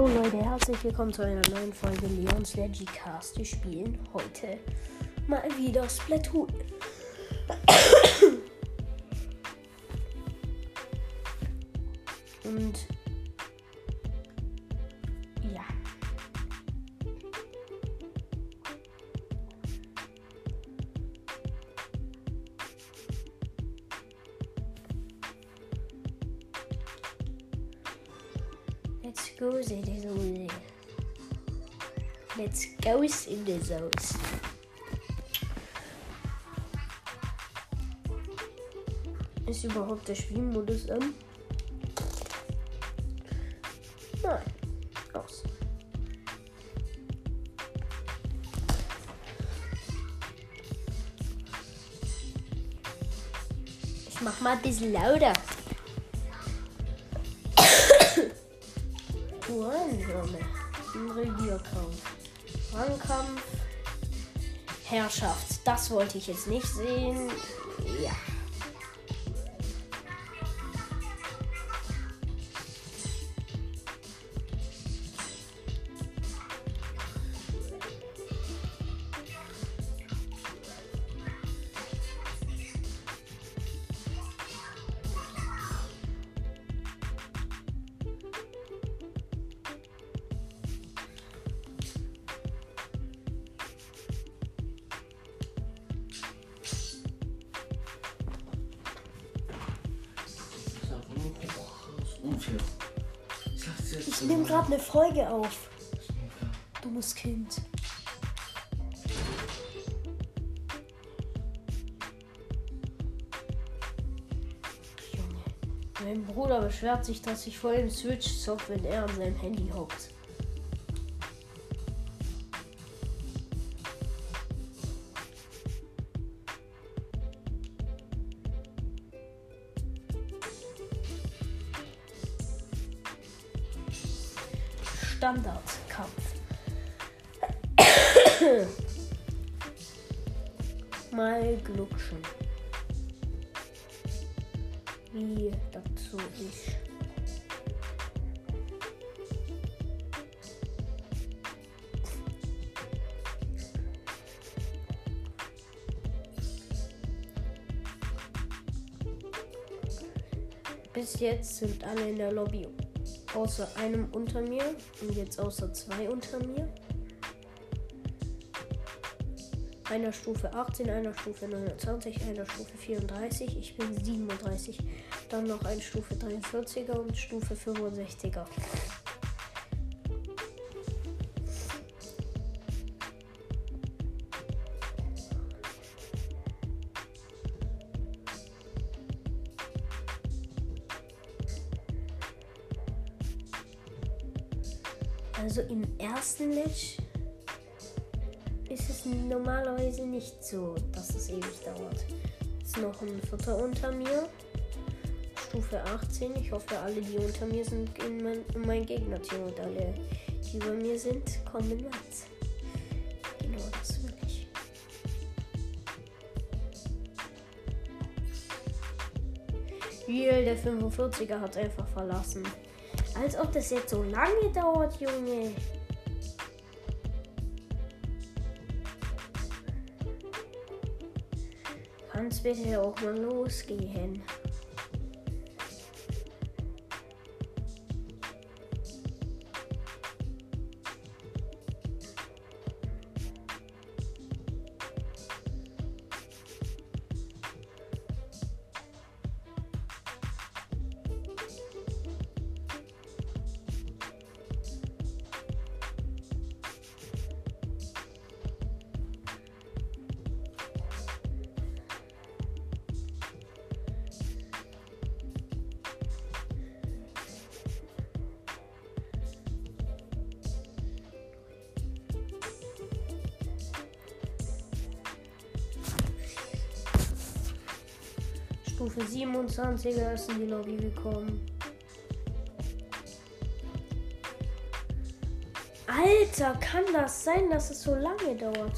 Jo Leute, herzlich willkommen zu einer neuen Folge Leons Legicast. Wir spielen heute mal wieder Splatoon. Und ja. Let's go in the zone. Let's go in the zone. Ist überhaupt der Spielmodus an? Nein. Aus. Ich mach mal ein bisschen lauter. Ein Revierkampf. Rangkampf. Herrschaft. Das wollte ich jetzt nicht sehen. Ja. Ich nehme gerade eine Folge auf. Dummes Kind. Junge. Mein Bruder beschwert sich, dass ich vor dem Switch zocke, wenn er an seinem Handy hockt. Standardkampf. Mal glutschen. Wie dazu ist. Bis jetzt sind alle in der Lobby. Außer einem unter mir und jetzt außer zwei unter mir. Einer Stufe 18, einer Stufe 29, einer Stufe 34. Ich bin 37. Dann noch ein Stufe 43er und Stufe 65er. Also im ersten Match ist es normalerweise nicht so, dass es ewig dauert. Jetzt noch ein Vierter unter mir. Stufe 18. Ich hoffe, alle, die unter mir sind, in mein Gegnerteam und alle, die über mir sind, kommen mit. Genau, das will ich. Der 45er hat einfach verlassen. Als ob das jetzt so lange dauert, Junge. Kann's bitte auch mal losgehen? Stufe 27er ist in die Lobby gekommen. Alter, kann das sein, dass es so lange dauert?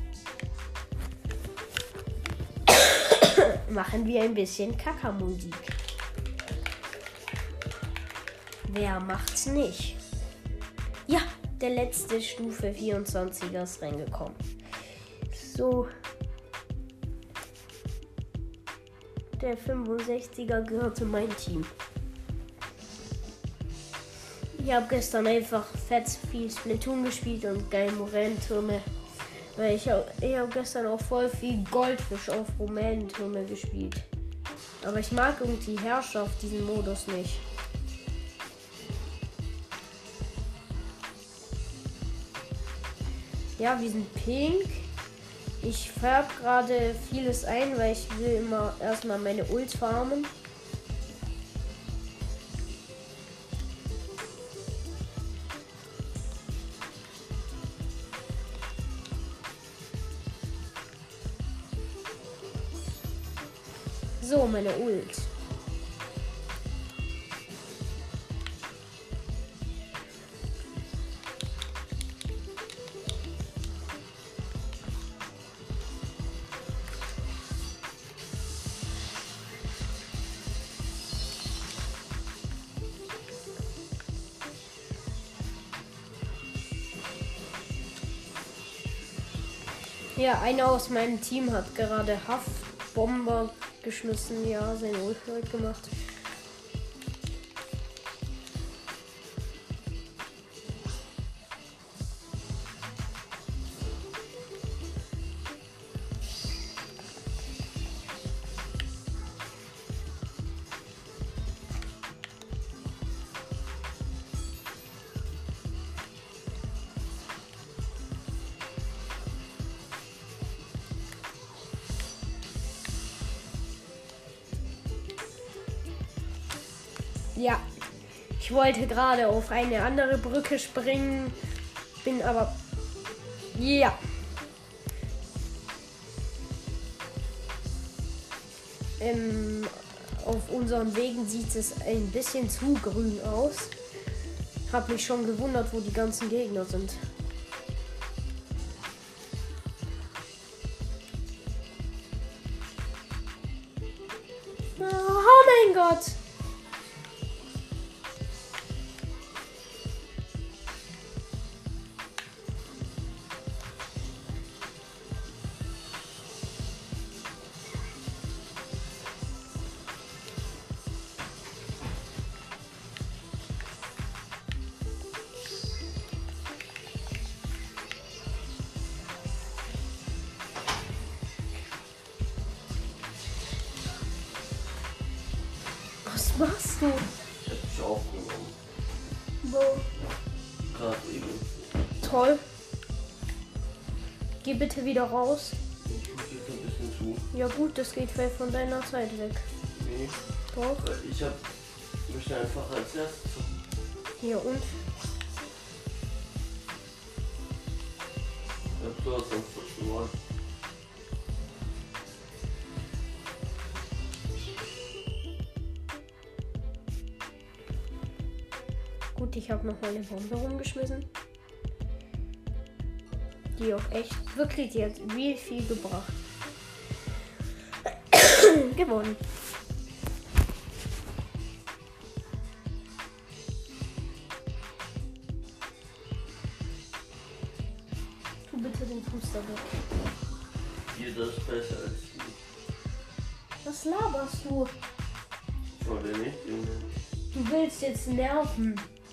Machen wir ein bisschen Kackermusik. Wer macht's nicht? der letzte Stufe 24er ist reingekommen. So. Der 65er gehört zu meinem Team. Ich habe gestern einfach fett viel Splatoon gespielt und geil Moränentürme. Weil ich habe gestern auch voll viel Goldfisch auf Rumänentürme gespielt. Aber ich mag irgendwie Herrschaft diesen Modus nicht. Ja, wir sind pink. Ich färbe gerade vieles ein, weil ich will immer erstmal meine Ult farmen. So, meine Ult. Ja, einer aus meinem Team hat gerade Haftbomber geschmissen. Ja, seine Ult gemacht. Ja, ich wollte gerade auf eine andere Brücke springen, bin aber... Ja. Auf unseren Wegen sieht es ein bisschen zu grün aus. Hab mich schon gewundert, wo die ganzen Gegner sind. Oh mein Gott! Was machst du? Ich hab dich aufgenommen. Wo? Gerade eben. Toll. Geh bitte wieder raus. Ich muss jetzt ein bisschen zu. Ja gut, das geht vielleicht von deiner Zeit weg. Nee. Doch. Ich möchte einfach als erstes. Hier und? Du hast uns verloren. Gut, ich habe noch meine Bombe rumgeschmissen. Die auch echt, wirklich, die hat wie viel gebracht. Gewonnen. Tu bitte den Fuß da weg. Jeder ist besser als du. Was laberst du? Von der nicht, Junge. Du willst jetzt nerven.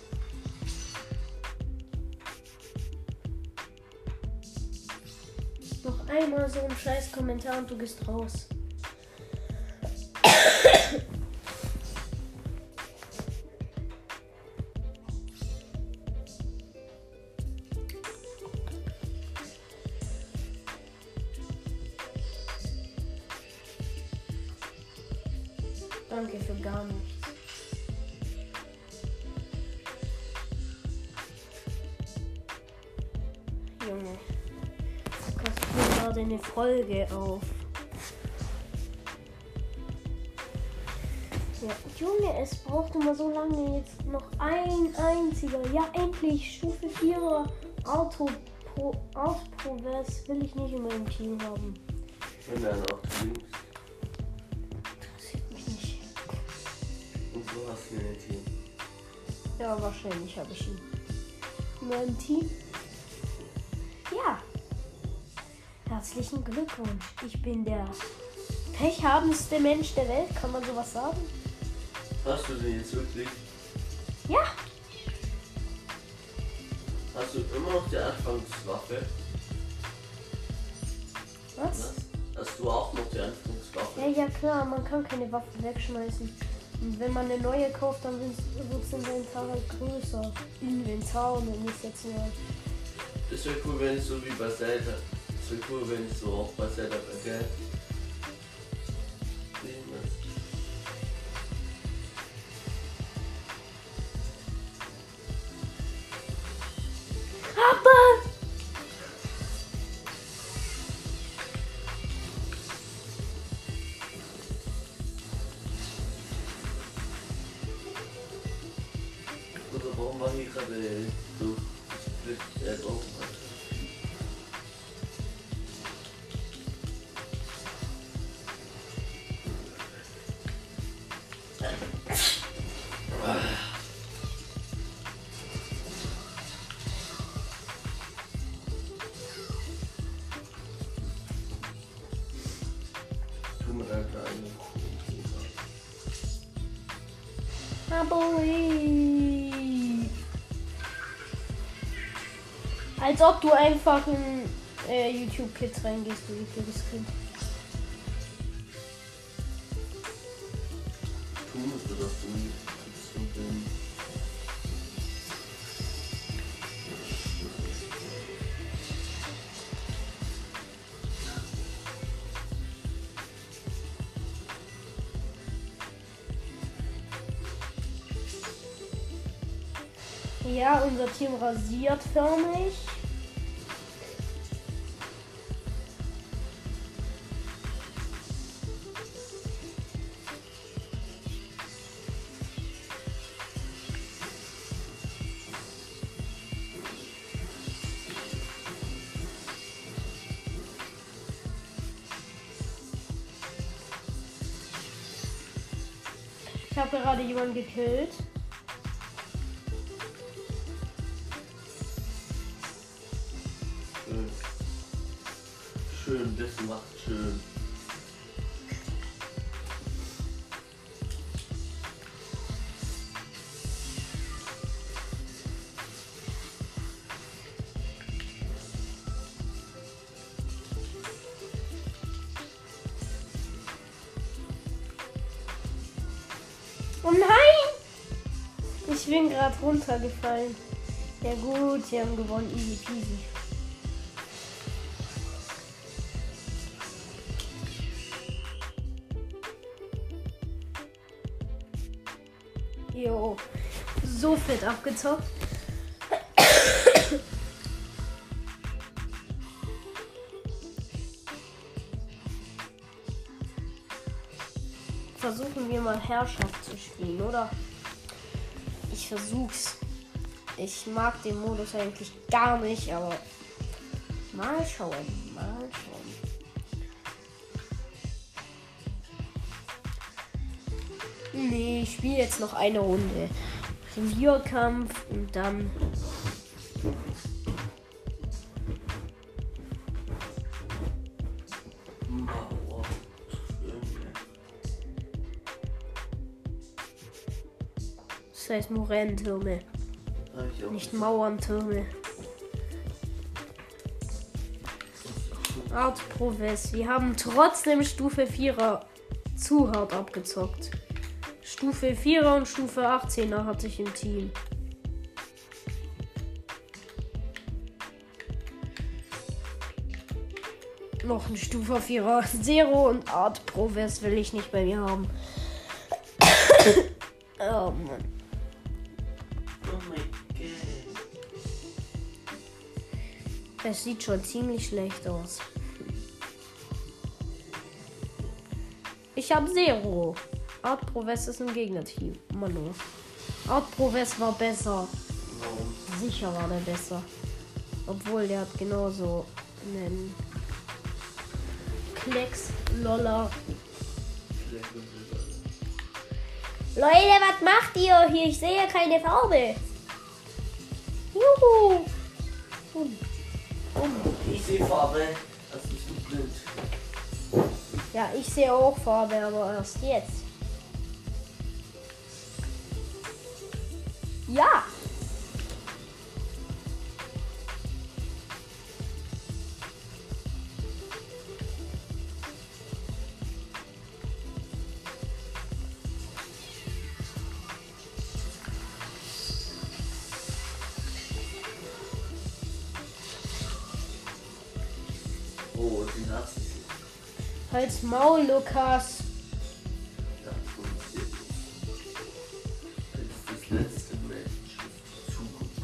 Noch einmal so ein scheiß Kommentar und du gehst raus. Danke für gar nichts. Junge, du kannst mir gerade eine Folge auf. Ja, Junge, es braucht immer so lange. Jetzt noch ein einziger. Ja, endlich. Stufe 4er Auto Progress will ich nicht in meinem Team haben. Wenn er noch liebst. Interessiert mich nicht. Und so hast du ein Team. Ja, wahrscheinlich habe ich ihn. in meinem Team. Ja. Herzlichen Glückwunsch. Ich bin der pechhabendste Mensch der Welt. Kann man sowas sagen? Hast du den jetzt wirklich? Ja. Hast du immer noch die Anfangswaffe? Was? Hast du auch noch die Anfangswaffe? Ja, klar. Man kann keine Waffe wegschmeißen. Und wenn man eine neue kauft, dann wird das Inventar halt größer. Inventar und nicht jetzt nur. Das wäre cool, wenn ich so wie bei Zelda. Das wäre cool, wenn ich so auch bei Zelda bei Geld. Aber! Oder warum war hier gerade so Split offen? Als ob du einfach in YouTube-Kids reingehst, du ekliges Kind. Du musst das tun. Ja, unser Team rasiert förmlich. Ich habe gerade jemanden gekillt. Schön, das macht schön. Oh nein! Ich bin gerade runtergefallen. Ja gut, sie haben gewonnen. Easy peasy. Jo, so fett abgezockt. Versuchen wir mal Herrschaft zu spielen, oder? Ich versuch's. Ich mag den Modus eigentlich gar nicht, aber mal schauen, mal schauen. Nee, ich spiele jetzt noch eine Runde. Revierkampf und dann. Das heißt Moränentürme. Nicht Mauerntürme. Art Proves. Wir haben trotzdem Stufe 4er zu hart abgezockt. Stufe 4er und Stufe 18er hatte ich im Team. Noch ein Stufe 4er Zero und Art Proves will ich nicht bei mir haben. Oh Mann. Oh mein Gott. Es sieht schon ziemlich schlecht aus. Ich habe Zero. Art Proves ist im Gegnerteam. Manu. Art Proves war besser. Warum? Sicher war der besser. Obwohl der hat genauso einen Klecks Loller. Leute, was macht ihr hier? Ich sehe keine Farbe. Juhu! Ich sehe Farbe. Das bist du blind. Ja, ich sehe auch Farbe, aber erst jetzt. Ja! Oh, die Nazis. Halt's Maul, Lukas. Das funktioniert nicht. Das ist das letzte Match. Zukunft.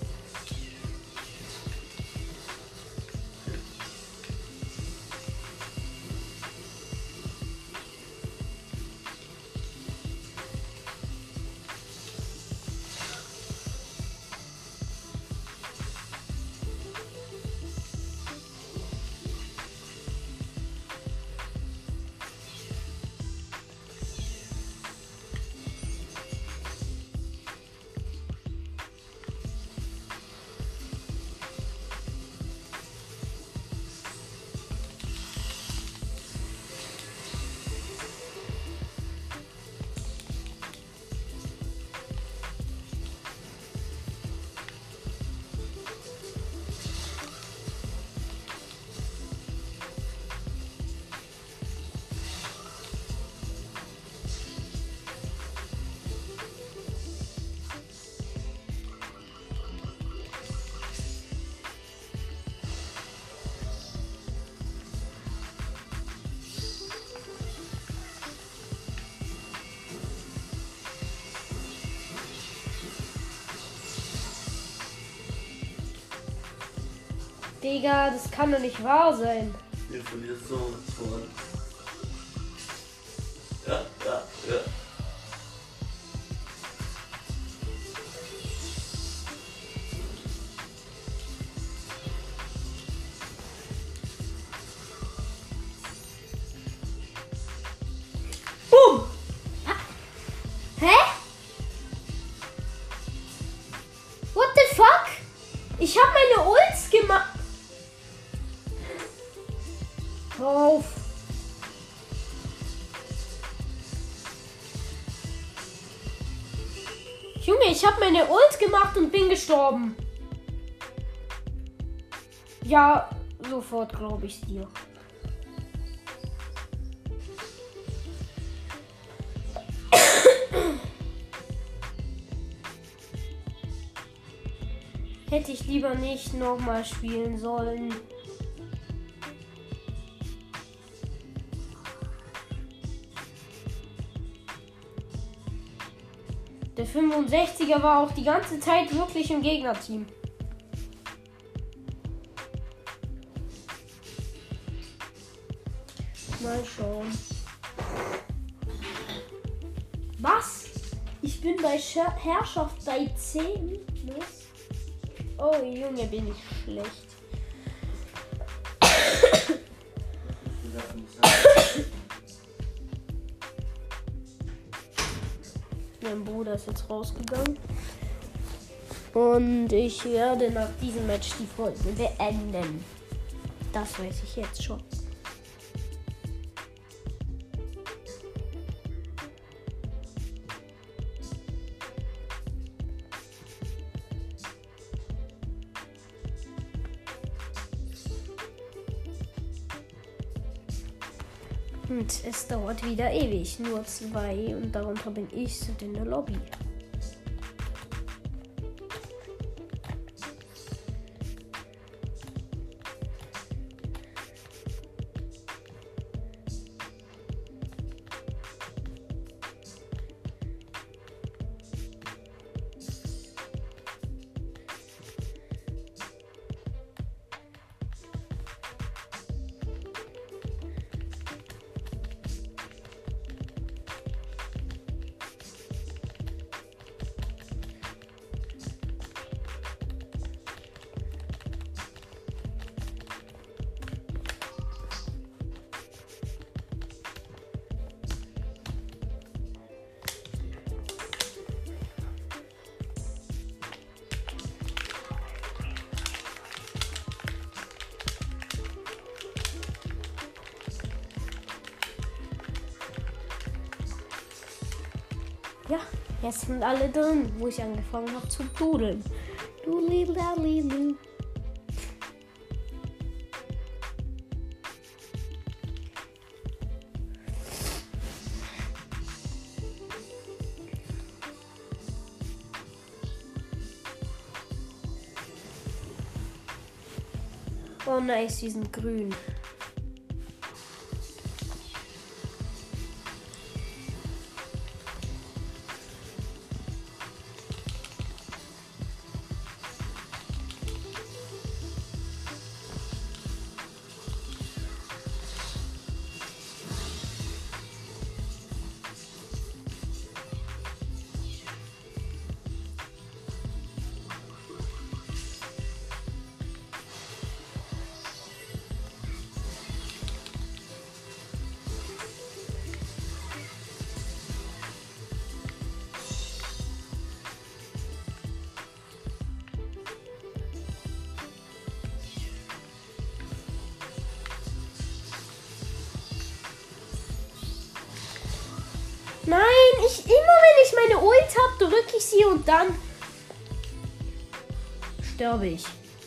Digga, das kann doch nicht wahr sein. Ihr verliert so von. Ja. Boom! Hä? What the fuck? Ich habe meine Ults gemacht. Auf. Junge, ich habe meine Ult gemacht und bin gestorben. Ja, sofort glaube ich dir. Hätte ich lieber nicht nochmal spielen sollen. Der 65er war auch die ganze Zeit wirklich im Gegnerteam. Mal schauen. Was? Ich bin bei Herrschaft bei 10. Was? Oh Junge, bin ich schlecht. Mein Bruder ist jetzt rausgegangen. Und ich werde nach diesem Match die Folge beenden. Das weiß ich jetzt schon. Und es dauert wieder ewig. Nur 2 und darunter bin ich in der Lobby. Ja, jetzt sind alle drin, wo ich angefangen habe zu dudeln. Dudeli-dali-lu. Oh nice, die sind grün. Nein, immer wenn ich meine Ult habe, drücke ich sie und dann sterbe ich.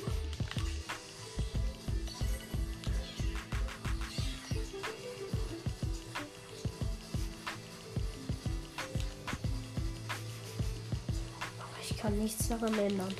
Aber ich kann nichts daran ändern.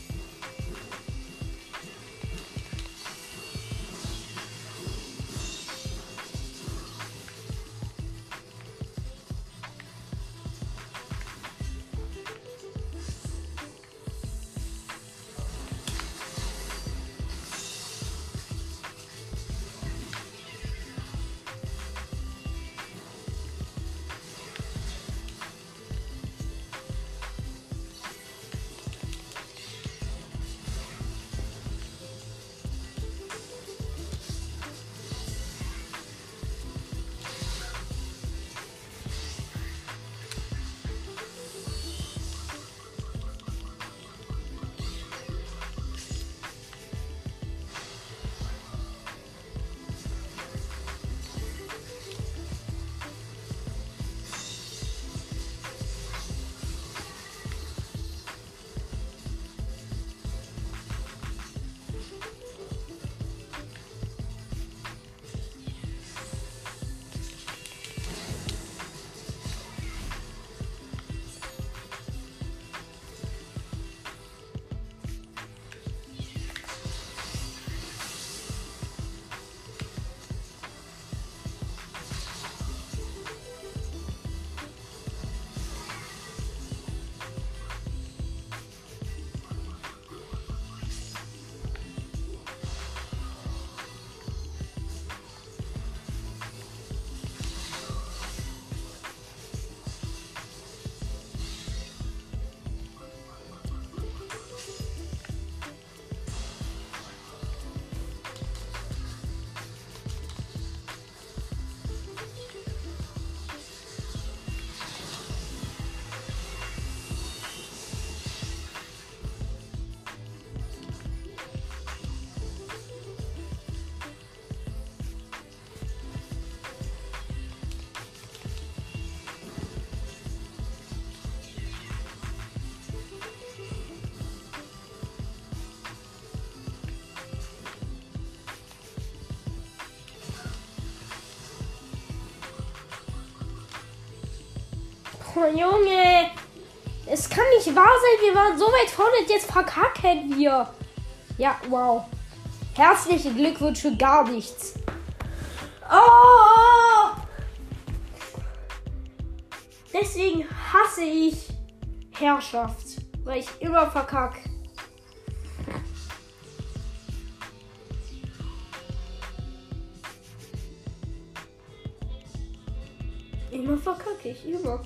Oh, Junge. Es kann nicht wahr sein, wir waren so weit vorne, jetzt verkacken wir. Ja, wow. Herzlichen Glückwunsch für gar nichts. Oh! Deswegen hasse ich Herrschaft, weil ich immer verkacke. Immer verkacke ich, immer.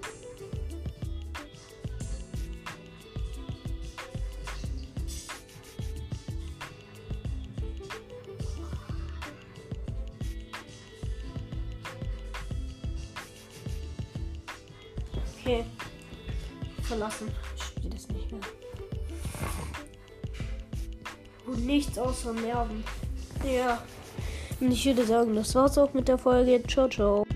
Okay. Verlassen. Ich spiele das nicht mehr. Und nichts außer Nerven. Ja. Und ich würde sagen, das war's auch mit der Folge. Ciao, ciao.